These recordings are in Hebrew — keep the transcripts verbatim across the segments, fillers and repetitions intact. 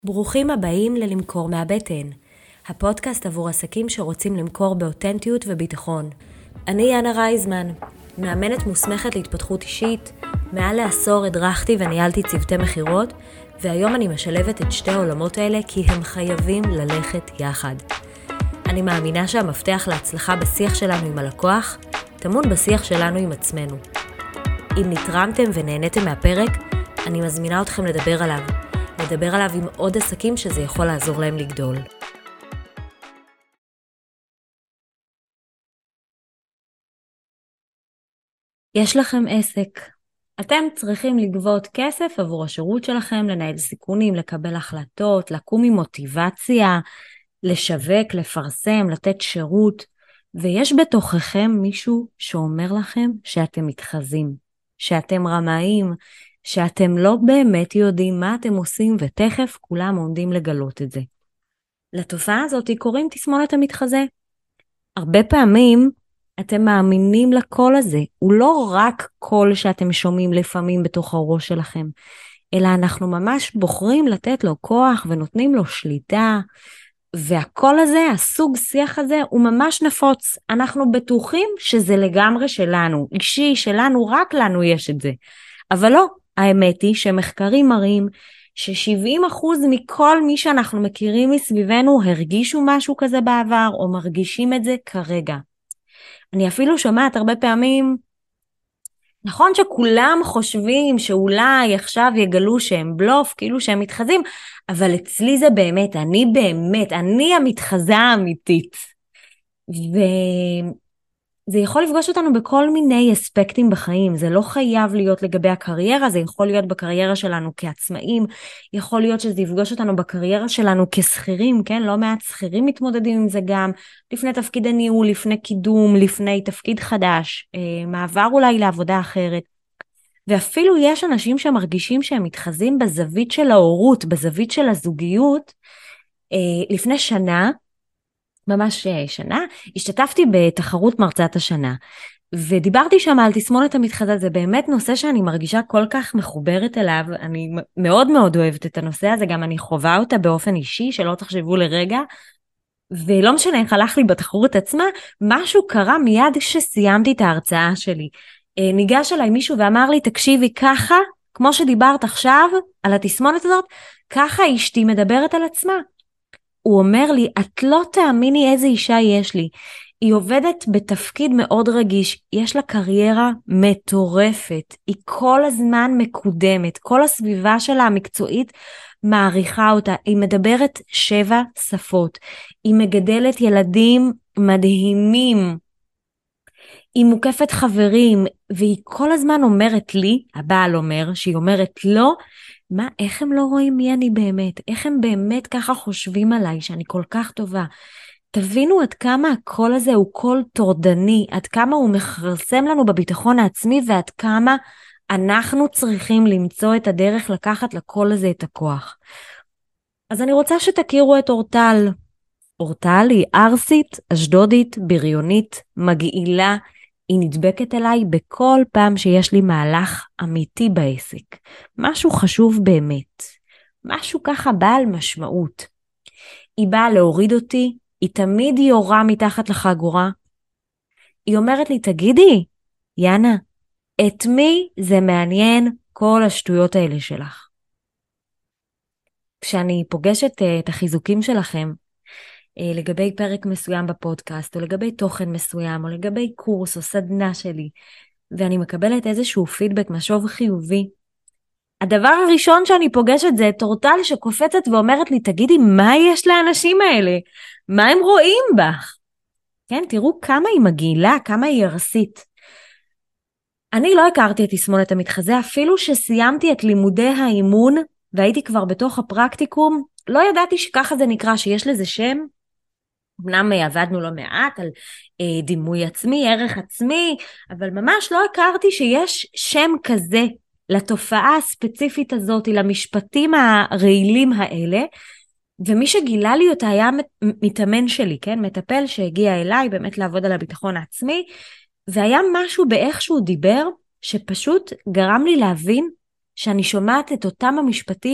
ברוכים הבאים ללמכור מהבטן, הפודקאסט עבור עסקים שרוצים למכור באותנטיות וביטחון. אני יאנה רייזמן, מאמנת מוסמכת להתפתחות אישית, מעל לעשור הדרכתי וניהלתי צוותי מחירות, והיום אני משלבת את שתי העולמות האלה כי הם חייבים ללכת יחד. אני מאמינה שהמפתח להצלחה בשיח שלנו עם הלקוח, טמון בשיח שלנו עם עצמנו. אם נתרמתם ונהניתם מהפרק, אני מזמינה אתכם לדבר עליו. לדבר עליו עם עוד עסקים שזה יכול לעזור להם לגדול. יש לכם עסק. אתם צריכים לגבות כסף עבור השירות שלכם, לנהל סיכונים, לקבל החלטות, לקום עם מוטיבציה, לשווק, לפרסם, לתת שירות, ויש בתוככם מישהו שאומר לכם שאתם מתחזים, שאתם רמאים, שאתם לא באמת יודעים מה אתם עושים, ותכף כולם עומדים לגלות את זה. לתופעה הזאת קוראים תסמונת המתחזה. הרבה פעמים אתם מאמינים לקול הזה, הוא לא רק קול שאתם שומעים לפעמים בתוך הראש שלכם, אלא אנחנו ממש בוחרים לתת לו כוח ונותנים לו שליטה, והקול הזה, הסוג שיח הזה, הוא ממש נפוץ. אנחנו בטוחים שזה לגמרי שלנו, אישי שלנו, רק לנו יש את זה. אבל לא, האמת היא שמחקרים מראים ש-שבעים אחוז מכל מי שאנחנו מכירים מסביבנו הרגישו משהו כזה בעבר, או מרגישים את זה כרגע. אני אפילו שומעת הרבה פעמים, נכון שכולם חושבים שאולי עכשיו יגלו שהם בלוף, כאילו שהם מתחזים, אבל אצלי זה באמת, אני באמת, אני המתחזה האמיתית. וזה יכול לפגוש אותנו בכל מיני אספקטים בחיים, זה לא חייב להיות לגבי הקריירה, זה יכול להיות בקריירה שלנו כעצמאים, יכול להיות שזה יפגוש אותנו בקריירה שלנו כסחירים, כן? לא מעט סחירים מתמודדים עם זה גם, לפני תפקיד הניהול, לפני קידום, לפני תפקיד חדש, מעבר אולי לעבודה אחרת. ואפילו יש אנשים שמרגישים שהם מתחזים בזווית של ההורות, בזווית של הזוגיות. לפני שנה, ממש שנה, השתתפתי בתחרות מרצת השנה, ודיברתי שם על תסמונת המתחזה. זה באמת נושא שאני מרגישה כל כך מחוברת אליו, אני מאוד מאוד אוהבת את הנושא הזה, גם אני חווה אותה באופן אישי, שלא תחשבו לרגע, ולא משנה איך הלך לי בתחרות עצמה, משהו קרה מיד כשסיימתי את ההרצאה שלי. ניגש אליי מישהו ואמר לי, תקשיבי ככה, כמו שדיברת עכשיו על התסמונת הזאת, ככה אשתי מדברת על עצמה. הוא אומר לי, את לא תאמיני איזה אישה יש לי. היא עובדת בתפקיד מאוד רגיש, יש לה קריירה מטורפת, היא כל הזמן מקודמת, כל הסביבה שלה המקצועית מעריכה אותה, היא מדברת שבע שפות, היא מגדלת ילדים מדהימים, היא מוקפת חברים, והיא כל הזמן אומרת לי, הבעל אומר, שהיא אומרת לא, מה, איך הם לא רואים מי אני באמת? איך הם באמת ככה חושבים עליי שאני כל כך טובה? תבינו עד כמה הקול הזה הוא קול תורדני, עד כמה הוא מכרסם לנו בביטחון העצמי, ועד כמה אנחנו צריכים למצוא את הדרך לקחת לקול הזה את הכוח. אז אני רוצה שתכירו את אורטל. אורטל היא ארסית, אשדודית, בריונית, מגעילה, היא נדבקת אליי בכל פעם שיש לי מהלך אמיתי בעסק. משהו חשוב באמת. משהו ככה בעל משמעות. היא באה להוריד אותי, היא תמיד יורה מתחת לחגורה. היא אומרת לי, תגידי, יאנה, את מי זה מעניין כל השטויות האלה שלך? כשאני פוגשת את החיזוקים שלכם, לגבי פרק מסוים בפודקאסט, או לגבי תוכן מסוים, או לגבי קורס או סדנה שלי, ואני מקבלת איזשהו פידבק משוב חיובי, הדבר הראשון שאני פוגשת זה את אורטל שקופצת ואומרת לי, תגידי, מה יש לאנשים האלה? מה הם רואים בך? כן, תראו כמה היא מגעילה, כמה היא ארסית. אני לא הכרתי את תסמונת המתחזה, אפילו שסיימתי את לימודי האימון, והייתי כבר בתוך הפרקטיקום, לא ידעתי שככה זה נקרא, שיש לזה שם. אמנם עבדנו לא מעט על אה, דימוי עצמי, ערך עצמי, אבל ממש לא הכרתי שיש שם כזה לתופעה הספציפית הזאת, למשפטים הרעילים האלה, ומי שגילה לי אותה היה מתאמן שלי, כן? מטפל שהגיע אליי באמת לעבוד על הביטחון העצמי, והיה משהו באיך שהוא דיבר, שפשוט גרם לי להבין שאני שומעת את אותם המשפטים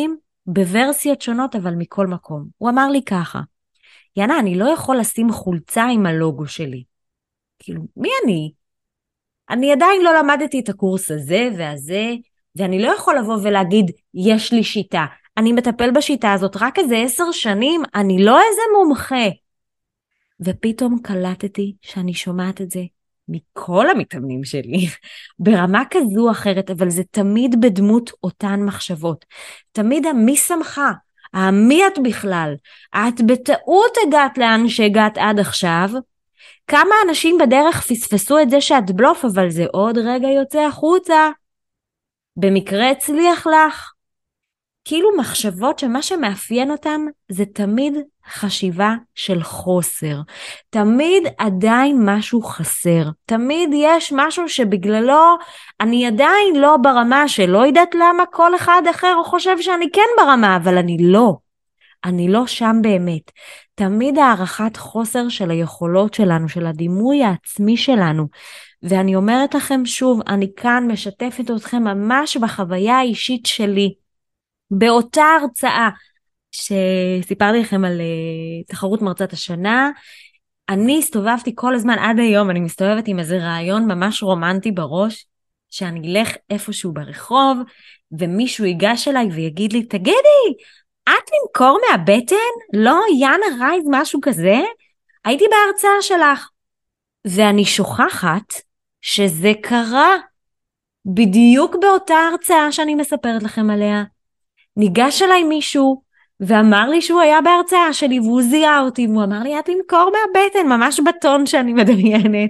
בוורסיות שונות, אבל מכל מקום. הוא אמר לי ככה, יאנה, אני לא יכול לשים חולצה עם הלוגו שלי. כאילו, מי אני? אני עדיין לא למדתי את הקורס הזה והזה, ואני לא יכול לבוא ולהגיד, יש לי שיטה. אני מטפל בשיטה הזאת רק איזה עשר שנים, אני לא איזה מומחה. ופתאום קלטתי שאני שומעת את זה מכל המתאמנים שלי, ברמה כזו או אחרת, אבל זה תמיד בדמות אותן מחשבות. תמיד המי שמחה, המי את בכלל, את בטעות הגעת לאן שהגעת עד עכשיו, כמה אנשים בדרך פספסו את זה שאת בלוף, אבל זה עוד רגע יוצא החוצה. במקרה הצליח לך. כאילו מחשבות שמה שמאפיין אותם זה תמיד חשיבה של חוסר. תמיד עדיין משהו חסר. תמיד יש משהו שבגללו אני עדיין לא ברמה שלא יודעת למה כל אחד אחר חושב שאני כן ברמה, אבל אני לא. אני לא שם באמת. תמיד הערכת חוסר של היכולות שלנו, של הדימוי העצמי שלנו. ואני אומרת לכם שוב, אני כאן משתפת אתכם ממש בחוויה האישית שלי. באותה הרצאה שסיפרתי לכם על uh, תחרות מרצת השנה, אני הסתובבתי כל הזמן, עד היום אני מסתובבת עם איזה רעיון ממש רומנטי בראש, שאני אלך איפשהו ברחוב, ומישהו ייגש אליי ויגיד לי, תגידי, את למכור מהבטן? לא, יאנה רייז, משהו כזה? הייתי בהרצאה שלך. ואני שוכחת שזה קרה בדיוק באותה הרצאה שאני מספרת לכם עליה. ניגש אליי מישהו ואמר לי שהוא היה בהרצאה שלי, והוא זיהה אותי, והוא אמר לי, את למכור מהבטן, ממש בטון שאני מדמיינת.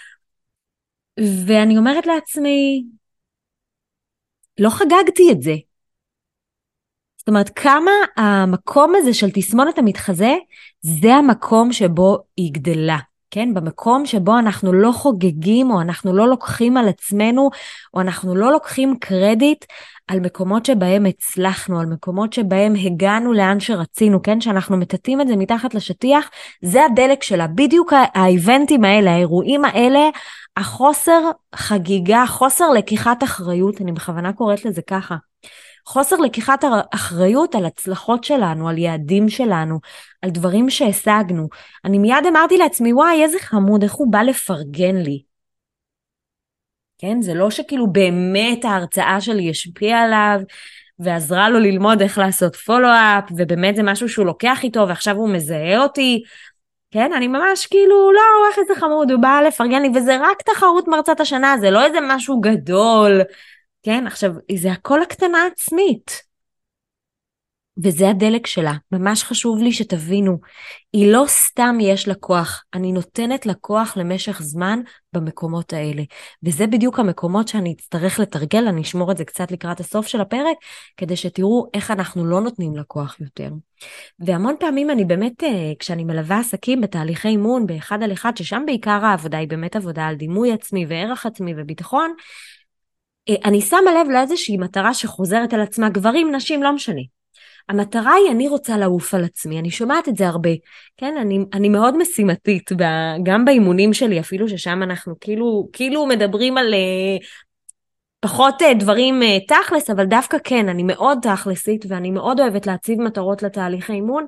ואני אומרת לעצמי, לא חגגתי את זה. זאת אומרת, כמה המקום הזה של תסמונת המתחזה, זה המקום שבו היא גדלה, כן? במקום שבו אנחנו לא חוגגים, או אנחנו לא לוקחים על עצמנו, או אנחנו לא לוקחים קרדיט על מקומות שבהם הצלחנו, על מקומות שבהם הגענו לאן שרצינו, כן? שאנחנו מטטים את זה מתחת לשטיח, זה הדלק שלה. בדיוק האיבנטים האלה, האירועים האלה, החוסר חגיגה, חוסר לקיחת אחריות, אני בכוונה קוראת לזה ככה. חוסר לקיחת אחריות על הצלחות שלנו, על יעדים שלנו, על דברים שהשגנו. אני מיד אמרתי לעצמי, וואי, איזה חמוד, איך הוא בא לפרגן לי. כן, זה לא שכאילו באמת ההרצאה שלי השפיעה עליו, ועזרה לו ללמוד איך לעשות פולו-אפ, ובאמת זה משהו שהוא לוקח איתו, ועכשיו הוא מזהה אותי. כן, אני ממש כאילו, לא, איך איזה חמוד, הוא בא לפרגן לי, וזה רק תחרות מרצת השנה, זה לא איזה משהו גדול. כן, עכשיו, זה הכל הקטנה עצמית. וזה הדלק שלה. ממש חשוב לי שתבינו, היא לא סתם יש לה כוח, אני נותנת לה כוח למשך זמן במקומות האלה. וזה בדיוק המקומות שאני אצטרך לתרגל, אני אשמור את זה קצת לקראת הסוף של הפרק, כדי שתראו איך אנחנו לא נותנים לה כוח יותר. והמון פעמים אני באמת, כשאני מלווה עסקים בתהליכי אימון, באחד על אחד, ששם בעיקר העבודה היא באמת עבודה על דימוי עצמי וערך עצמי וביטחון, אני שמה לב לאיזושהי מטרה שחוזרת על עצמה, גברים, נשים, לא משנה. המטרה היא, אני רוצה לעוף על עצמי, אני שומעת את זה הרבה, כן? אני, אני מאוד משימתית, גם באימונים שלי, אפילו ששם אנחנו כאילו, כאילו מדברים על uh, פחות uh, דברים uh, תכלס, אבל דווקא כן, אני מאוד תכלסית, ואני מאוד אוהבת להציב מטרות לתהליך האימון,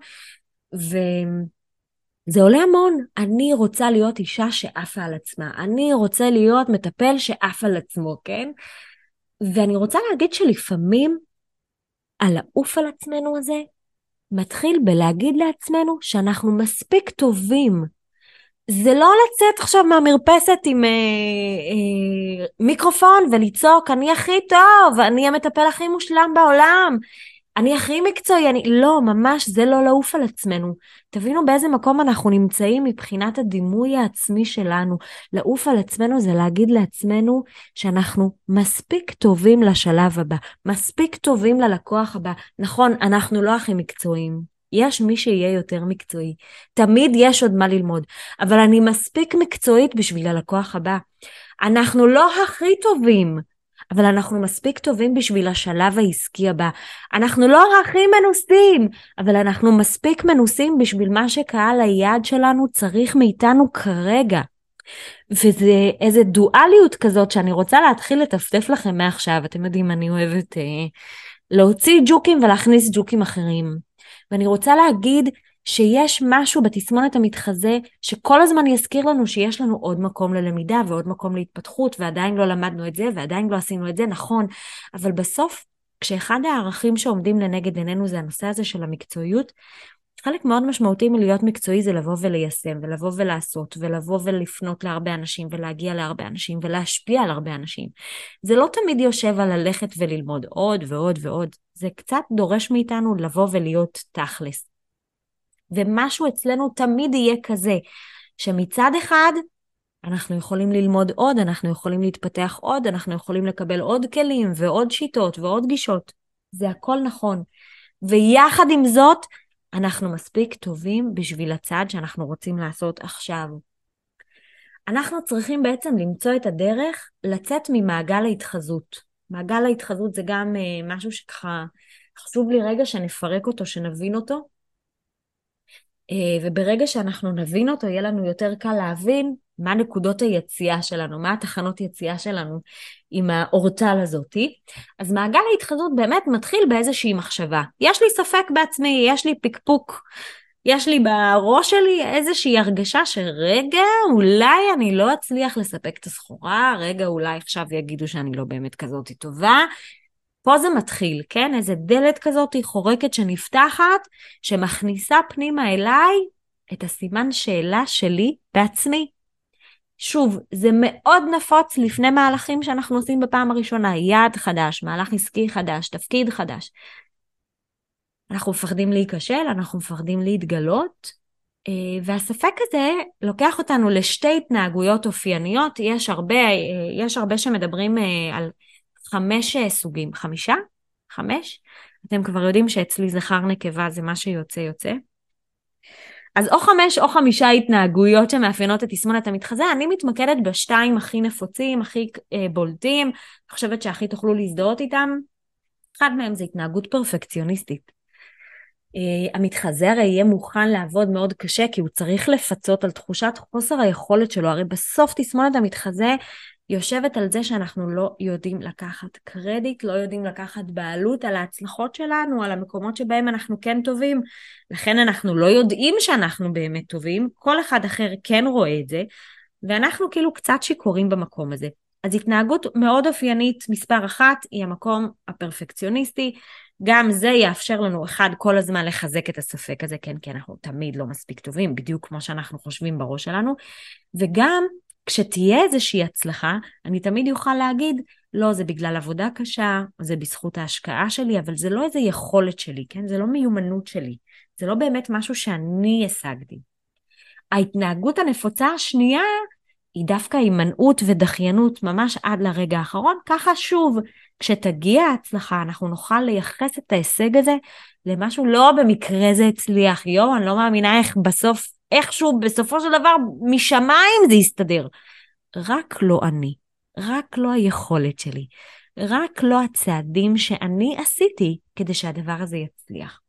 וזה עולה המון. אני רוצה להיות אישה שעפה על עצמה, אני רוצה להיות מטפל שעף על עצמו, כן? ואני רוצה להגיד שלפעמים, על העוף על עצמנו הזה, מתחיל בלהגיד לעצמנו שאנחנו מספיק טובים. זה לא לצאת עכשיו מהמרפסת עם אה, אה, מיקרופון ולצעוק, אני הכי טוב, אני המטפל הכי מושלם בעולם, אני הכי מקצועי, אני... לא, ממש זה לא לעוף על עצמנו. תבינו באיזה מקום אנחנו נמצאים מבחינת הדימוי העצמי שלנו. לעוף על עצמנו זה להגיד לעצמנו שאנחנו מספיק טובים לשלב הבא, מספיק טובים ללקוח הבא. נכון, אנחנו לא הכי מקצועיים. יש מי שיהיה יותר מקצועי. תמיד יש עוד מה ללמוד. אבל אני מספיק מקצועית בשביל הלקוח הבא. אנחנו לא הכי טובים. אבל אנחנו מספיק טובים בשביל השלב העסקי הבא. אנחנו לא הכי מנוסים, אבל אנחנו מספיק מנוסים בשביל מה שקהל היעד שלנו צריך מאיתנו כרגע. וזה איזה דואליות כזאת שאני רוצה להתחיל לטפטף לכם מעכשיו. אתם יודעים, אני אוהבת אה, להוציא ג'וקים ולהכניס ג'וקים אחרים. ואני רוצה להגיד שיש משהו בתסמונת המתחזה שכל הזמן יזכיר לנו שיש לנו עוד מקום ללמידה ועוד מקום להתפתחות, ועדיין לא למדנו את זה ועדיין לא עשינו את זה, נכון, אבל בסוף כשאחד הערכים שעומדים לנגד עינינו זה הנושא הזה של המקצועיות, חלק מאוד משמעותי מלהיות מקצועי זה לבוא וליישם ולבוא ולעשות ולבוא ולפנות להרבה אנשים ולהגיע להרבה אנשים ולהשפיע על הרבה אנשים. זה לא תמיד יושב על ללכת וללמוד עוד ועוד ועוד, זה קצת דורש מאיתנו לבוא ולהיות תכלס. ומשהו אצלנו תמיד יהיה כזה, שמצד אחד אנחנו יכולים ללמוד עוד, אנחנו יכולים להתפתח עוד, אנחנו יכולים לקבל עוד כלים ועוד שיטות ועוד גישות. זה הכל נכון. ויחד עם זאת, אנחנו מספיק טובים בשביל הצעד שאנחנו רוצים לעשות עכשיו. אנחנו צריכים בעצם למצוא את הדרך לצאת ממעגל ההתחזות. מעגל ההתחזות זה גם uh, משהו שככה חשוב לי רגע שנפרק אותו, שנבין אותו. Uh, וברגע שאנחנו נבין אותו, יהיה לנו יותר קל להבין מה נקודות היציאה שלנו, מה התחנות יציאה שלנו עם האורטל הזאת. אז מעגל ההתחזות באמת מתחיל באיזושהי מחשבה. יש לי ספק בעצמי, יש לי פיקפוק, יש לי בראש שלי איזושהי הרגשה שרגע אולי אני לא אצליח לספק את הסחורה, רגע אולי עכשיו יגידו שאני לא באמת כזאת טובה. פה זה מתחיל, כן? איזה דלת כזאת חורקת שנפתחת, שמכניסה פנימה אליי את הסימן שאלה שלי בעצמי. שוב, זה מאוד נפוץ לפני מהלכים שאנחנו עושים בפעם הראשונה, יעד חדש, מהלך עסקי חדש, תפקיד חדש. אנחנו מפחדים להיכשל, אנחנו מפחדים להתגלות, והספק הזה לוקח אותנו לשתי התנהגויות אופייניות. יש הרבה, יש הרבה שמדברים על חמש סוגים, חמישה? חמש? אתם כבר יודעים שאצלי זכר נקבה זה מה שיוצא יוצא. אז או חמש או חמישה התנהגויות שמאפיינות את תסמונת המתחזה, אני מתמקדת בשתיים הכי נפוצים, הכי אה, בולטים, אני חושבת שהכי תוכלו להזדהות איתם. אחד מהם זה התנהגות פרפקציוניסטית. Uh, המתחזה הרי יהיה מוכן לעבוד מאוד קשה, כי הוא צריך לפצות על תחושת חוסר היכולת שלו. הרי בסוף תסמונת המתחזה יושבת על זה שאנחנו לא יודעים לקחת קרדיט, לא יודעים לקחת בעלות על ההצלחות שלנו, על המקומות שבהם אנחנו כן טובים. לכן אנחנו לא יודעים שאנחנו באמת טובים, כל אחד אחר כן רואה את זה, ואנחנו כאילו קצת שיכורים במקום הזה. אז התנהגות מאוד אופיינית מספר אחת היא המקום הפרפקציוניסטי. גם זה יאפשר לנו אחד כל הזמן לחזק את הספק הזה, כן, כי אנחנו תמיד לא מספיק טובים, בדיוק כמו שאנחנו חושבים בראש שלנו, וגם כשתהיה איזושהי הצלחה, אני תמיד יוכל להגיד, לא, זה בגלל עבודה קשה, זה בזכות ההשקעה שלי, אבל זה לא איזה יכולת שלי, כן, זה לא מיומנות שלי, זה לא באמת משהו שאני השגתי. ההתנהגות הנפוצה השנייה, היא דווקא הימנעות ודחיינות ממש עד לרגע האחרון, ככה שוב, כשתגיע ההצלחה, אנחנו נוכל לייחס את ההישג הזה למשהו לא במקרה זה הצליח, יו, אני לא מאמינה איך בסוף, איכשהו בסופו של דבר משמיים זה יסתדר. רק לא אני, רק לא היכולת שלי, רק לא הצעדים שאני עשיתי כדי שהדבר הזה יצליח.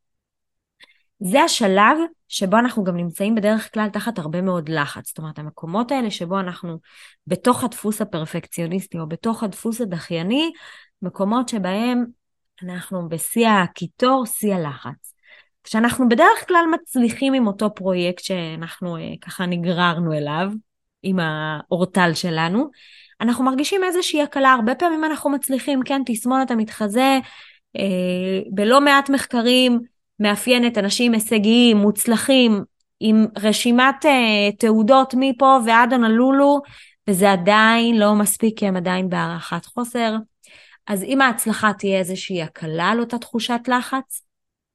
זה השלב שבו אנחנו גם נמצאים בדרך כלל תחת הרבה מאוד לחץ. זאת אומרת, המקומות האלה שבו אנחנו בתוך הדפוס הפרפקציוניסטי או בתוך הדפוס הדחייני, מקומות שבהם אנחנו בשיא הקיטור, שיא הלחץ. כשאנחנו בדרך כלל מצליחים עם אותו פרויקט שאנחנו ככה נגררנו אליו, עם האורטל שלנו, אנחנו מרגישים איזושהי הקלה. הרבה פעמים אנחנו מצליחים, כן, תסמונת המתחזה, אה, בלא מעט מחקרים, מאפיינת אנשים הישגיים, מוצלחים, עם רשימת uh, תעודות מפה ועד הונולולו, וזה עדיין לא מספיק, כי הם עדיין בהערכת חוסר. אז אם ההצלחה תהיה איזושהי הקלה על אותה תחושת לחץ,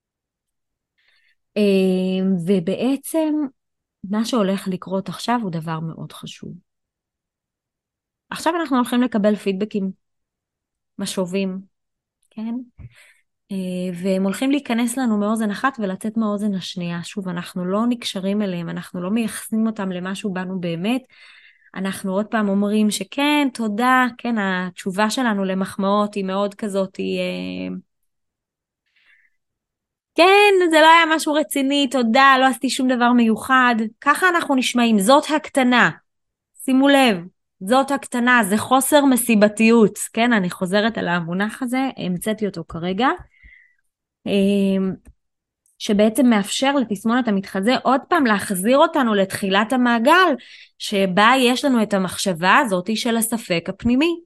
uh, ובעצם מה שהולך לקרות עכשיו הוא דבר מאוד חשוב. עכשיו אנחנו הולכים לקבל פידבקים משובים, כן? והם הולכים להיכנס לנו מאוזן אחת ולצאת מאוזן השנייה. שוב, אנחנו לא נקשרים אליהם, אנחנו לא מייחסים אותם למשהו בנו באמת. אנחנו עוד פעם אומרים שכן, תודה, כן, התשובה שלנו למחמאות היא מאוד כזאת, היא... כן, זה לא היה משהו רציני, תודה, לא עשיתי שום דבר מיוחד. ככה אנחנו נשמעים, זאת הקטנה. שימו לב, זאת הקטנה, זה חוסר מסיבתיות. כן, אני חוזרת על המונח הזה, המצאתי אותו כרגע. שבעצם מאפשר לתסמונת המתחזה עוד פעם להחזיר אותנו לתחילת המעגל, שבה יש לנו את המחשבה הזאת של הספק הפנימי.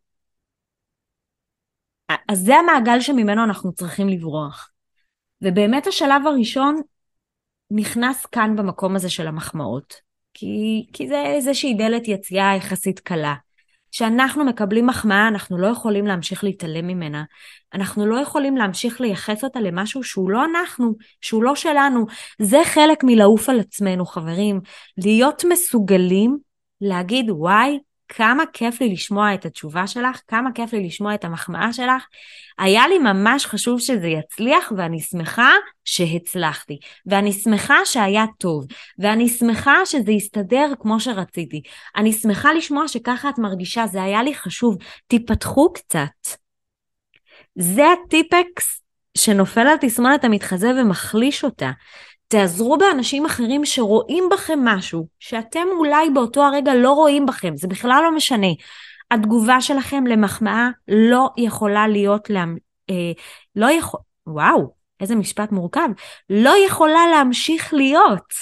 אז זה המעגל שממנו אנחנו צריכים לברוח. ובאמת השלב הראשון נכנס כאן במקום הזה של המחמאות. כי, כי זה איזושהי דלת יציאה יחסית קלה. כשאנחנו מקבלים מחמאה, אנחנו לא יכולים להמשיך להתעלם ממנה. אנחנו לא יכולים להמשיך לייחס אותה למשהו שהוא לא אנחנו, שהוא לא שלנו. זה חלק מלעוף על עצמנו, חברים. להיות מסוגלים להגיד, וואי, כמה כיף לי לשמוע את התשובה שלך, כמה כיף לי לשמוע את המחמאה שלך. היה לי ממש חשוב שזה יצליח, ואני שמחה שהצלחתי. ואני שמחה שהיה טוב. ואני שמחה שזה יסתדר כמו שרציתי. אני שמחה לשמוע שככה את מרגישה, זה היה לי חשוב. תיפתחו קצת. זה הטיפקס שנופל על תסמונת המתחזה ומחליש אותה. תעזרו באנשים אחרים שרואים בכם משהו, שאתם אולי באותו הרגע לא רואים בכם, זה בכלל לא משנה. התגובה שלכם למחמאה לא יכולה להיות, לה, אה, לא יכול, וואו, איזה משפט מורכב, לא יכולה להמשיך להיות.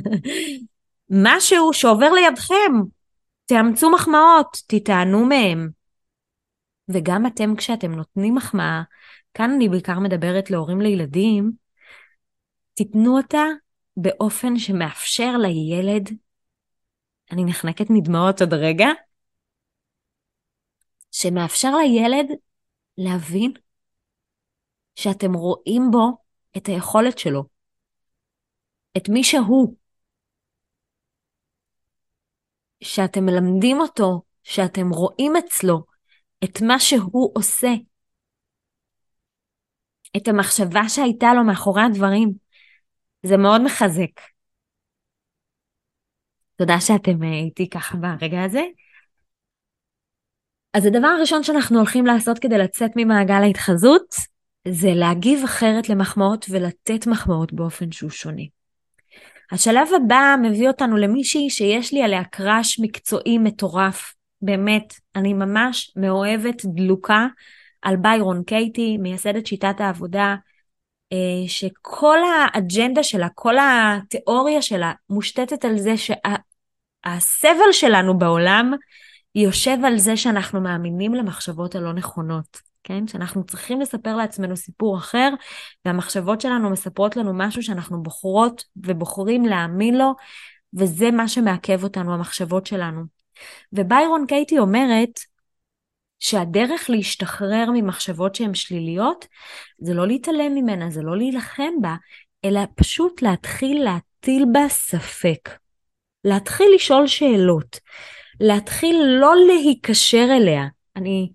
משהו שעובר לידכם, תאמצו מחמאות, תתענו מהם. וגם אתם כשאתם נותנים מחמאה, כאן אני בעיקר מדברת להורים לילדים, תיתנו אותה באופן שמאפשר לילד, אני נחנקת מדמעות עוד רגע, שמאפשר לילד להבין שאתם רואים בו את היכולת שלו, את מי שהוא, שאתם מלמדים אותו, שאתם רואים אצלו את מה שהוא עושה, את המחשבה שהייתה לו מאחורי הדברים. זה מאוד מחזק. תודה שאתם איתי ככה ברגע הזה. אז הדבר הראשון שאנחנו הולכים לעשות כדי לצאת ממעגל ההתחזות, זה להגיב אחרת למחמאות ולתת מחמאות באופן שהוא שונה. השלב הבא מביא אותנו למישהי שיש לי עליה קראש מקצועי מטורף. באמת, אני ממש מאוהבת דלוקה על ביירון קייטי, מייסדת שיטת העבודה, שכל האג'נדה שלה, כל התיאוריה שלה מושתתת על זה שהסבל שלנו בעולם יושב על זה שאנחנו מאמינים למחשבות הלא נכונות, כן? שאנחנו צריכים לספר לעצמנו סיפור אחר, והמחשבות שלנו מספרות לנו משהו שאנחנו בוחרות ובוחרים להאמין לו, וזה מה שמעכב אותנו, המחשבות שלנו. וביירון קייטי אומרת, שהדרך להשתחרר ממחשבות שהן שליליות, זה לא להתעלם ממנה, זה לא להילחם בה, אלא פשוט להתחיל להטיל בה ספק. להתחיל לשאול שאלות. להתחיל לא להיקשר אליה. אני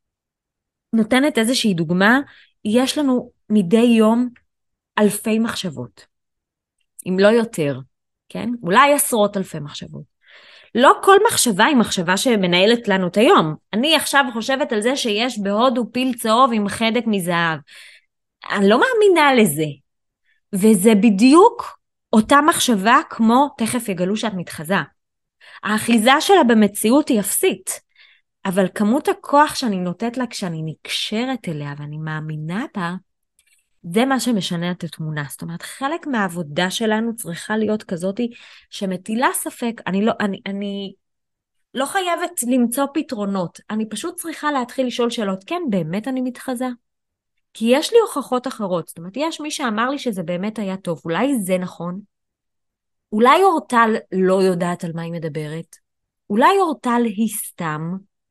נותנת איזושהי דוגמה, יש לנו מדי יום אלפי מחשבות. אם לא יותר, כן? אולי עשרות אלפי מחשבות. לא כל מחשבה היא מחשבה שמנהלת לנו את היום. אני עכשיו חושבת על זה שיש בהודו פיל צהוב עם חדק מזהב. אני לא מאמינה לזה. וזה בדיוק אותה מחשבה כמו תכף יגלו שאת מתחזה. האחיזה שלה במציאות היא אפסית. אבל כמות הכוח שאני נותנת לה כשאני נקשרת אליה ואני מאמינה בה, זה מה שמשנה את התמונה. זאת אומרת, חלק מהעבודה שלנו צריכה להיות כזאת שמטילה ספק. אני לא, אני, אני לא חייבת למצוא פתרונות. אני פשוט צריכה להתחיל לשאול שאלות. כן, באמת אני מתחזה? כי יש לי הוכחות אחרות. זאת אומרת, יש מי שאמר לי שזה באמת היה טוב. אולי זה נכון? אולי אורטל לא יודעת על מה היא מדברת? אולי אורטל היא סתם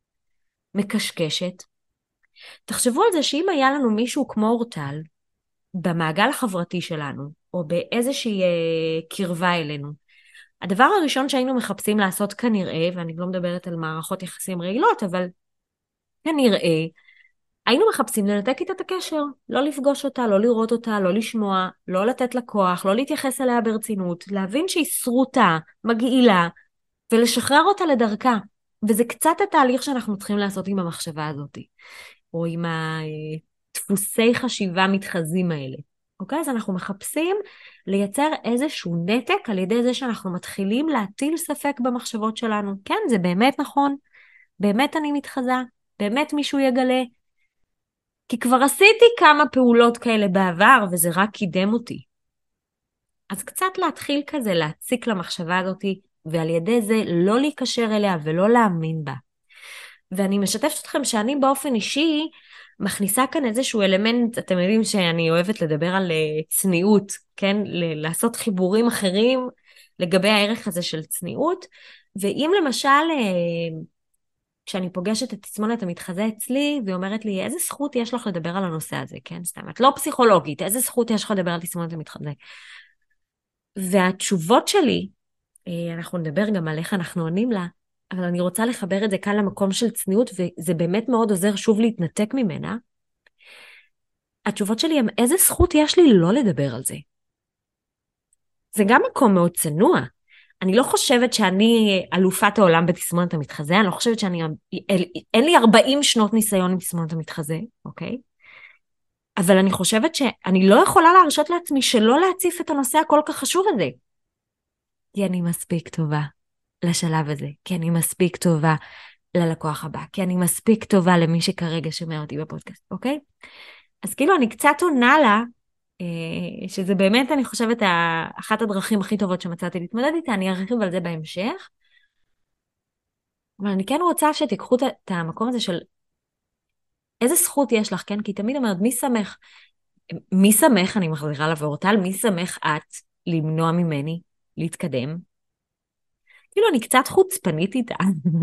מקשקשת? תחשבו על זה שאם היה לנו מישהו כמו אורטל, במעגל החברתי שלנו, או באיזושהי אה, קרבה אלינו, הדבר הראשון שהיינו מחפשים לעשות כנראה, ואני לא מדברת על מערכות יחסים רעילות, אבל כנראה, היינו מחפשים לנתק איתה את הקשר, לא לפגוש אותה, לא לראות אותה, לא לשמוע, לא לתת לה כוח, לא להתייחס אליה ברצינות, להבין שהיא שרוטה, מגעילה, ולשחרר אותה לדרכה. וזה קצת התהליך שאנחנו צריכים לעשות עם המחשבה הזאת, או עם הדפוסי חשיבה מתחזים האלה. אוקיי? אז אנחנו מחפשים לייצר איזשהו נתק על ידי זה שאנחנו מתחילים להטיל ספק במחשבות שלנו. כן, זה באמת נכון, באמת אני מתחזה, באמת מישהו יגלה. כי כבר עשיתי כמה פעולות כאלה בעבר, וזה רק קידם אותי. אז קצת להתחיל כזה, להציק למחשבה הזאת, ועל ידי זה לא להיקשר אליה ולא להאמין בה. ואני משתפת אתכם שאני באופן אישי מכניסה כאן איזשהו אלמנט, אתם יודעים שאני אוהבת לדבר על uh, צניעות, כן? ל- לעשות חיבורים אחרים לגבי הערך הזה של צניעות. ואם למשל, uh, כשאני פוגשת את תסמונת המתחזה אצלי, והיא אומרת לי, איזה זכות יש לך לדבר על הנושא הזה, כן? סתם, את לא פסיכולוגית, איזה זכות יש לך לדבר על תסמונת המתחזה? והתשובות שלי, uh, אנחנו נדבר גם על איך אנחנו עונים לה, אבל אני רוצה לחבר את זה כאן למקום של צניעות, וזה באמת מאוד עוזר שוב להתנתק ממנה. התשובות שלי הן, איזה זכות יש לי לא לדבר על זה? זה גם מקום מאוד צנוע. אני לא חושבת שאני אלופת העולם בתסמונת המתחזה, אני לא חושבת שאני, אין לי ארבעים שנות ניסיון עם תסמונת המתחזה, אוקיי? אבל אני חושבת שאני לא יכולה להרשות לעצמי שלא להציף את הנושא הכל כך חשוב הזה. כי אני מספיק טובה לשלב הזה, כי אני מספיק טובה ללקוח הבא, כי אני מספיק טובה למי שכרגע שומע אותי בפודקאסט, אוקיי? אז כאילו אני קצת עונה לה, שזה באמת אני חושבת אחת הדרכים הכי טובות שמצאתי להתמודד איתה, אני ארחיב על זה בהמשך, אבל אני כן רוצה שתיקחו את המקום הזה של איזה זכות יש לך, כן? כי תמיד אומרת, מי שמח? מי שמח, אני מחזירה לבורטל, מי שמח את למנוע ממני להתקדם? כאילו אני קצת חוצפנית איתה.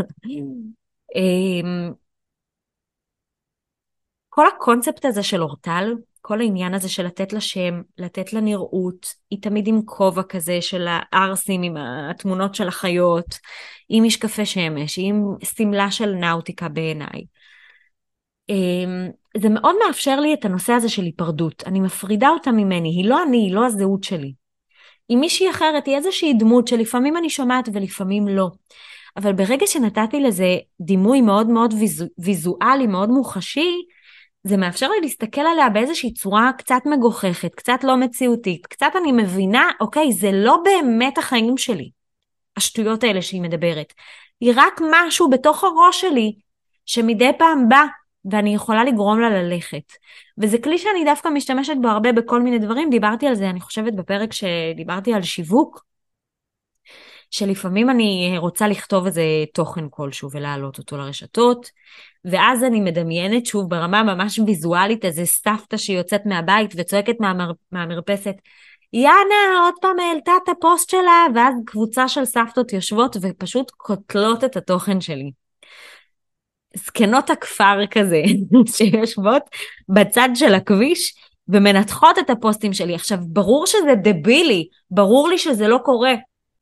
כל הקונספט הזה של אורטל, כל העניין הזה של לתת לה שם, לתת לה נראות, היא תמיד עם כובע כזה של הארסים עם התמונות של החיות, עם משקפי שמש, עם סמלה של נאוטיקה בעיניי. זה מאוד מאפשר לי את הנושא הזה של היפרדות. אני מפרידה אותה ממני, היא לא אני, היא לא הזהות שלי. עם מישהי אחרת היא איזושהי דמות שלפעמים אני שומעת ולפעמים לא. אבל ברגע שנתתי לזה דימוי מאוד מאוד ויזו, ויזואלי, מאוד מוחשי, זה מאפשר לי להסתכל עליה באיזושהי צורה קצת מגוחכת, קצת לא מציאותית, קצת אני מבינה, אוקיי, זה לא באמת החיים שלי, השטויות האלה שהיא מדברת. היא רק משהו בתוך הראש שלי, שמדי פעם בא, ואני יכולה לגרום לה ללכת. וזה כלי שאני דווקא משתמשת בו הרבה בכל מיני דברים, דיברתי על זה, אני חושבת בפרק שדיברתי על שיווק, שלפעמים אני רוצה לכתוב איזה תוכן כלשהו ולהעלות אותו לרשתות, ואז אני מדמיינת שוב ברמה ממש ויזואלית איזה סבתא שיוצאת מהבית וצועקת מהמר... מהמרפסת, יאנה עוד פעם העלתה את הפוסט שלה, ואז קבוצה של סבתות יושבות ופשוט קוטלות את התוכן שלי. זקנות הכפר כזה, שיושבות בצד של הכביש ומנתחות את הפוסטים שלי. עכשיו, ברור שזה דבילי, ברור לי שזה לא קורה,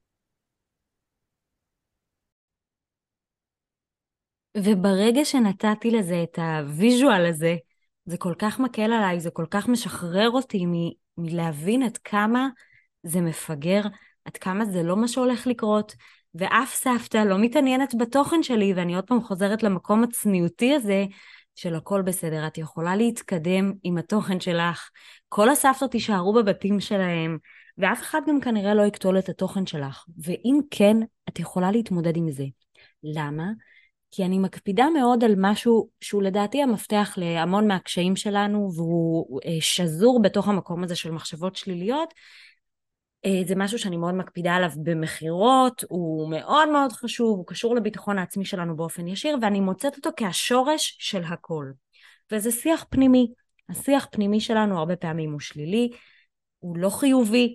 וברגע שנתתי לזה את הוויז'ואל הזה, זה כל כך מקל עליי, זה כל כך משחרר אותי מ- מלהבין עד כמה זה מפגר, עד כמה זה לא מה שהולך לקרות, ואף סבתא לא מתעניינת בתוכן שלי, ואני עוד פעם חוזרת למקום הצניעותי הזה, של הכל בסדר, את יכולה להתקדם עם התוכן שלך, כל הסבתות יישארו בבתים שלהם, ואף אחד גם כנראה לא יקטול את התוכן שלך, ואם כן, את יכולה להתמודד עם זה. למה? כי אני מקפידה מאוד על משהו שהוא לדעתי המפתח להמון מהקשיים שלנו, והוא שזור בתוך המקום הזה של מחשבות שליליות. זה משהו שאני מאוד מקפידה עליו במחירות, הוא מאוד מאוד חשוב, הוא קשור לביטחון העצמי שלנו באופן ישיר, ואני מוצאת אותו כהשורש של הכל. וזה שיח פנימי. השיח פנימי שלנו הרבה פעמים הוא שלילי, הוא לא חיובי,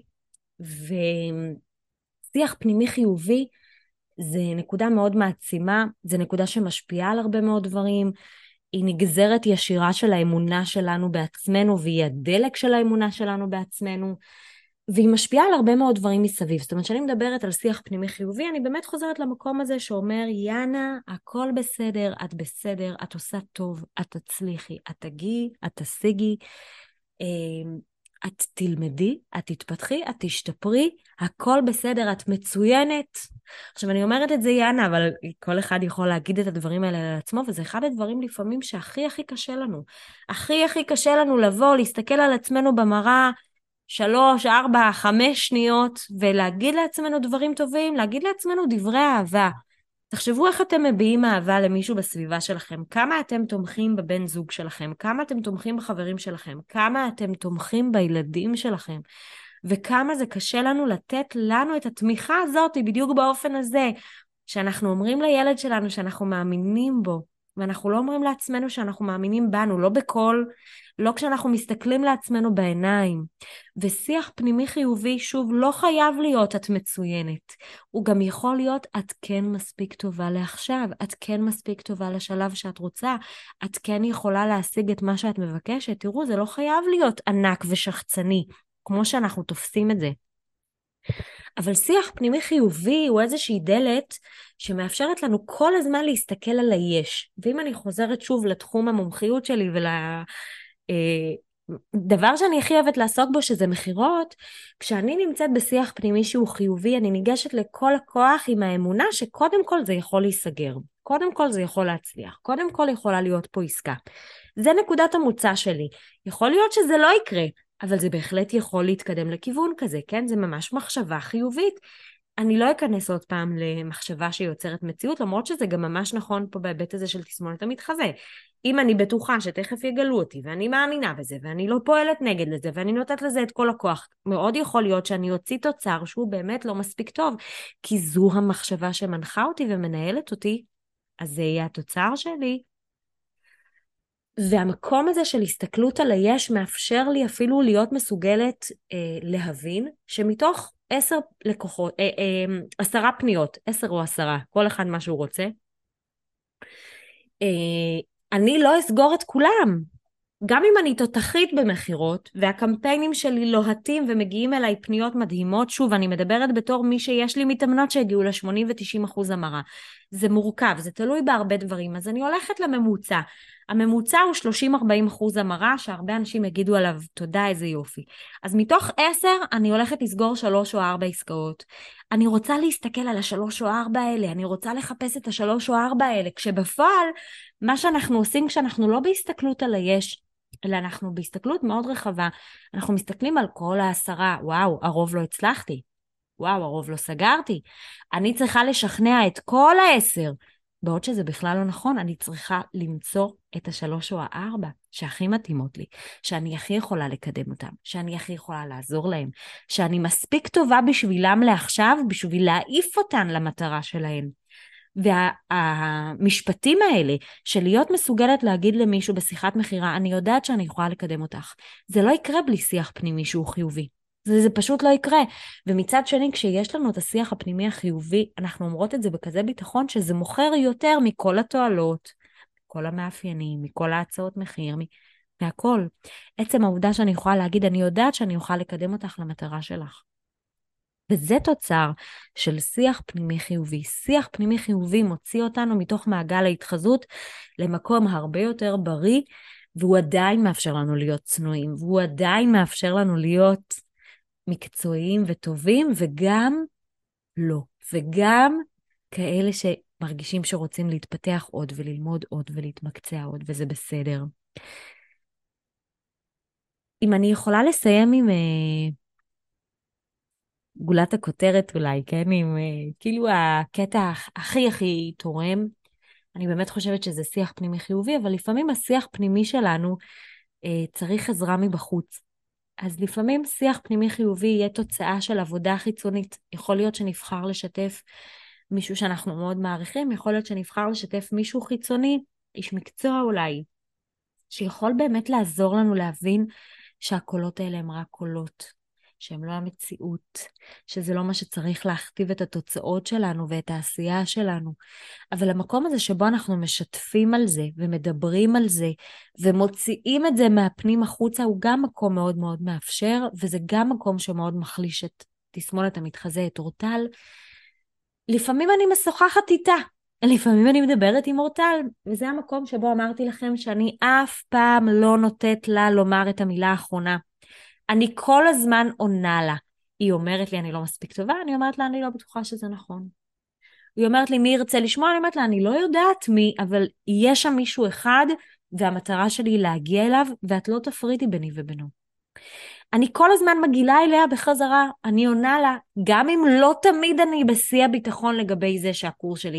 ושיח פנימי חיובי, זה נקודה מאוד מעצימה, זה נקודה שמשפיעה על הרבה מאוד דברים, היא נגזרת ישירה של האמונה שלנו בעצמנו, והיא הדלק של האמונה שלנו בעצמנו, והיא משפיעה על הרבה מאוד דברים מסביב. זאת אומרת, שאני מדברת על שיח פנימי חיובי, אני באמת חוזרת למקום הזה שאומר, יאנה, הכל בסדר, את בסדר, את עושה טוב, את תצליחי, את תגיעי, את תשיגי, את תלמדי, את תתפתחי, את תשתפרי, הכל בסדר, את מצוינת. עכשיו אני אומרת את זה יאנה, אבל כל אחד יכול להגיד את הדברים האלה על עצמו, וזה אחד הדברים לפעמים שהכי הכי קשה לנו. הכי הכי קשה לנו לבוא, להסתכל על עצמנו במראה, שלוש, ארבע, חמש שניות, ולהגיד לעצמנו דברים טובים, להגיד לעצמנו דברי אהבה. תחשבו איך אתם מביעים אהבה למישהו בסביבה שלכם, כמה אתם תומכים בבן זוג שלכם, כמה אתם תומכים בחברים שלכם, כמה אתם תומכים בילדים שלכם, וכמה זה קשה לנו לתת לנו את התמיכה הזאת בדיוק באופן הזה, שאנחנו אומרים לילד שלנו שאנחנו מאמינים בו, ואנחנו לא אומרים לעצמנו שאנחנו מאמינים בנו, לא בכל, לא כשאנחנו מסתכלים לעצמנו בעיניים. ושיח פנימי חיובי, שוב, לא חייב להיות את מצוינת. הוא גם יכול להיות את כן מספיק טובה לעכשיו, את כן מספיק טובה לשלב שאת רוצה, את כן יכולה להשיג את מה שאת מבקשת. תראו, זה לא חייב להיות ענק ושחצני, כמו שאנחנו תופסים את זה. אבל שיח פנימי חיובי הוא איזושהי דלת שמאפשרת לנו כל הזמן להסתכל על היש. ואם אני חוזרת שוב לתחום המומחיות שלי ולדבר שאני הכי אוהבת לעסוק בו, שזה מחירות, כשאני נמצאת בשיח פנימי שהוא חיובי, אני ניגשת לכל הכוח עם האמונה שקודם כל זה יכול להיסגר. קודם כל זה יכול להצליח. קודם כל יכולה להיות פה עסקה. זה נקודת המוצא שלי. יכול להיות שזה לא יקרה, אבל זה בהחלט יכול להתקדם לכיוון כזה, כן? זה ממש מחשבה חיובית. אני לא אכנס עוד פעם למחשבה שיוצרת מציאות, למרות שזה גם ממש נכון פה בהיבט הזה של תסמונת המתחזה. אם אני בטוחה שתכף יגלו אותי, ואני מאמינה בזה, ואני לא פועלת נגד לזה, ואני נותנת לזה את כל הכוח, מאוד יכול להיות שאני אוציא תוצר שהוא באמת לא מספיק טוב, כי זו המחשבה שמנחה אותי ומנהלת אותי, אז זה יהיה התוצר שלי. והמקום הזה של הסתכלות על היש מאפשר לי אפילו להיות מסוגלת אה, להבין שמתוך עשר לקוחות, אה, אה, עשרה פניות, עשר או עשרה, כל אחד מה שהוא רוצה, אה, אני לא אסגור את כולם. גם אם אני תותחית במחירות, והקמפיינים שלי לוהטים ומגיעים אליי פניות מדהימות, שוב, אני מדברת בתור מי שיש לי מתאמנות שהגיעו ל-שמונים ו-תשעים אחוז המרה. זה מורכב, זה תלוי בהרבה דברים, אז אני הולכת לממוצע. הממוצע הוא שלושים עד ארבעים אחוז המרה, שהרבה אנשים יגידו עליו, תודה, איזה יופי. אז מתוך עשר, אני הולכת לסגור שלוש או ארבע עסקאות. אני רוצה להסתכל על השלוש או ארבע האלה, אני רוצה לחפש את השלוש או ארבע האלה, כשבפועל, מה שאנחנו עושים כשאנחנו לא בהסתכלות על היש, אלא אנחנו בהסתכלות מאוד רחבה, אנחנו מסתכלים על כל העשרה, וואו, הרוב לא הצלחתי, וואו, הרוב לא סגרתי, אני צריכה לשכנע את כל העשר, בעוד שזה בכלל לא נכון, אני צריכה למצוא את השלוש או הארבע שהכי מתאימות לי, שאני הכי יכולה לקדם אותם, שאני הכי יכולה לעזור להם, שאני מספיק טובה בשבילם לעכשיו, בשביל להעיף אותן למטרה שלהם. והמשפטים האלה של להיות מסוגלת להגיד למישהו בשיחת מחירה, אני יודעת שאני יכולה לקדם אותך. זה לא יקרה בלי שיח פנימי שהוא חיובי. זה, זה פשוט לא יקרה. ומצד שני, כשיש לנו את השיח הפנימי החיובי, אנחנו אומרות את זה בכזה ביטחון שזה מוכר יותר מכל התועלות, מכל המאפיינים, מכל ההצעות מחיר, מהכל. עצם העובדה שאני יכולה להגיד, אני יודעת שאני אוכל לקדם אותך למטרה שלך. וזה תוצר של שיח פנימי חיובי. שיח פנימי חיובי מוציא אותנו מתוך מעגל ההתחזות למקום הרבה יותר בריא, והוא עדיין מאפשר לנו להיות צנועים, והוא עדיין מאפשר לנו להיות מקצועיים וטובים, וגם לא, וגם כאלה שמרגישים שרוצים להתפתח עוד וללמוד עוד ולהתמקצע עוד, וזה בסדר. אם אני יכולה לסיים עם גולת הכותרת אולי, כן? עם כאילו הקטע הכי הכי תורם, אני באמת חושבת שזה שיח פנימי חיובי, אבל לפעמים השיח פנימי שלנו אה, צריך עזרה מבחוץ. אז לפעמים שיח פנימי חיובי יהיה תוצאה של עבודה חיצונית. יכול להיות שנבחר לשתף מישהו שאנחנו מאוד מעריכים, יכול להיות שנבחר לשתף מישהו חיצוני, איש מקצוע אולי, שיכול באמת לעזור לנו להבין שהקולות האלה הם רק קולות. שהם לא המציאות, שזה לא מה שצריך להכתיב את התוצאות שלנו ואת העשייה שלנו. אבל המקום הזה שבו אנחנו משתפים על זה ומדברים על זה ומוציאים את זה מהפנים החוצה, הוא גם מקום מאוד מאוד מאפשר, וזה גם מקום שמאוד מחליש את תסמונת המתחזה, את אורטל. לפעמים אני משוחחת איתה, לפעמים אני מדברת עם אורטל, וזה המקום שבו אמרתי לכם שאני אף פעם לא נותנת לה לומר את המילה האחרונה. אני כל הזמן עונה לה. היא אומרת לי, אני לא מספיק טובה, אני אומרת לה, אני לא בטוחה שזה נכון. היא אומרת לי, מי ירצה לשמוע? אני אומרת לה, אני לא יודעת מי, אבל יש שם מישהו אחד, והמטרה שלי היא להגיע אליו, ואת לא תפרידי ביני ובינו. אני כל הזמן מגילה אליה בחזרה, אני עונה לה, גם אם לא תמיד אני בשיא הביטחון לגבי זה שהקורס שלי יהיה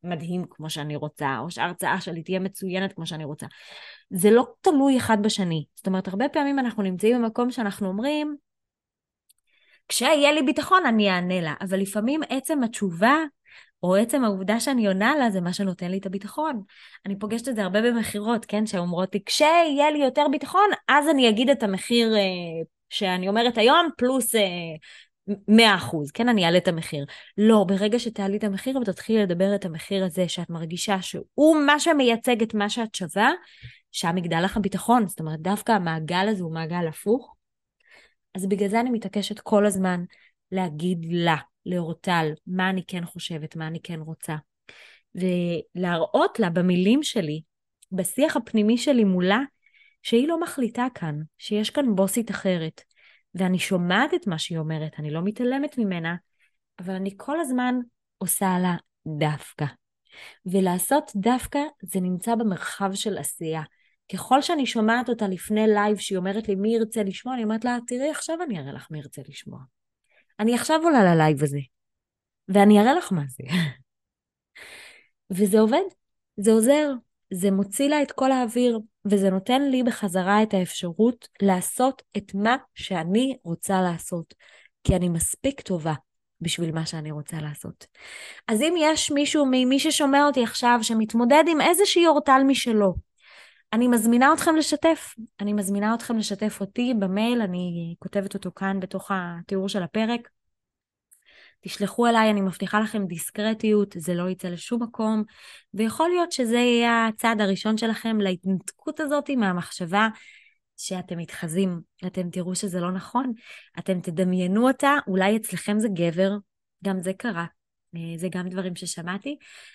מדהים כמו שאני רוצה, או שההרצאה שלי תהיה מצוינת כמו שאני רוצה. זה לא תלוי אחד בשני. זאת אומרת, הרבה פעמים אנחנו נמצאים במקום שאנחנו אומרים, כשיהיה לי ביטחון אני אענה לה, אבל לפעמים עצם התשובה, או עצם העובדה שאני עונה לה, זה מה שנותן לי את הביטחון. אני פוגשת את זה הרבה במחירות, כן? שאומרות לי, כשיהיה לי יותר ביטחון, אז אני אגיד את המחיר אה, שאני אומרת היום, פלוס אה, מאה אחוז, כן? אני אעלה את המחיר. לא, ברגע שתעלי את המחיר ותתחילי לדבר את המחיר הזה, שאת מרגישה שהוא מה שמייצג את מה שאת שווה, שם יגדל לך הביטחון. זאת אומרת, דווקא המעגל הזה הוא מעגל הפוך. אז בגלל זה אני מתעקשת כל הזמן להגיד לה, לאורטל, מה אני כן חושבת, מה אני כן רוצה. ולהראות לה במילים שלי, בשיח הפנימי שלי מולה, שהיא לא מחליטה כאן, שיש כאן בוסית אחרת. ואני שומעת את מה שהיא אומרת, אני לא מתעלמת ממנה, אבל אני כל הזמן עושה לה דווקא. ולעשות דווקא זה נמצא במרחב של עשייה. ככל שאני שומעת אותה לפני לייב שהיא אומרת לי מי ירצה לשמוע, אני אומרת לה, תראי עכשיו אני אראה לך מי ירצה לשמוע. אני עכשיו עולה ללייב הזה, ואני אראה לך מה זה. וזה עובד, זה עוזר, זה מוציא לה את כל האוויר, וזה נותן לי בחזרה את האפשרות לעשות את מה שאני רוצה לעשות, כי אני מספיק טובה בשביל מה שאני רוצה לעשות. אז אם יש מישהו ממי ששומע אותי עכשיו שמתמודד עם איזושהי אורטל משלו, אני מזמינה אתכם לשתף, אני מזמינה אתכם לשתף אותי במייל, אני כותבת אותו כאן בתוך התיאור של הפרק. תשלחו אליי, אני מבטיחה לכם דיסקרטיות, זה לא יצא לשום מקום, ויכול להיות שזה יהיה הצעד הראשון שלכם להתנתקות הזאת מהמחשבה שאתם מתחזים, אתם תראו שזה לא נכון, אתם תדמיינו אותה, אולי אצלכם זה גבר, גם זה קרה, זה גם דברים ששמעתי.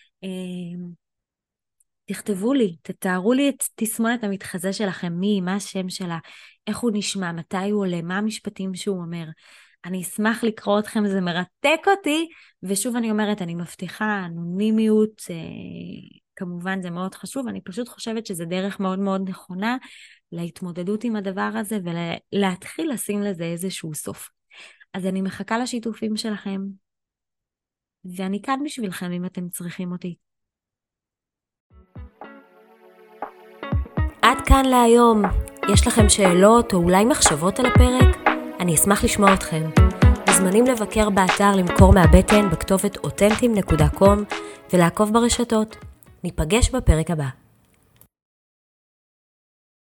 תכתבו לי, תתארו לי את תסמונת המתחזה שלכם, מי, מה השם שלה, איך הוא נשמע, מתי הוא עולה, מה המשפטים שהוא אומר. אני אשמח לקרוא אתכם, זה מרתק אותי, ושוב אני אומרת, אני מבטיחה, אנונימיות, אה, כמובן זה מאוד חשוב, אני פשוט חושבת שזה דרך מאוד מאוד נכונה, להתמודדות עם הדבר הזה, ולהתחיל לשים לזה איזשהו סוף. אז אני מחכה לשיתופים שלכם, ואני כאן בשבילכם אם אתם צריכים אותי. עד כאן להיום. יש לכם שאלות או אולי מחשבות על הפרק? אני אשמח לשמוע אתכם. מוזמנים לבקר באתר למכור מהבטן בכתובת אותנטים נקודה קום ולעקוב ברשתות. ניפגש בפרק הבא.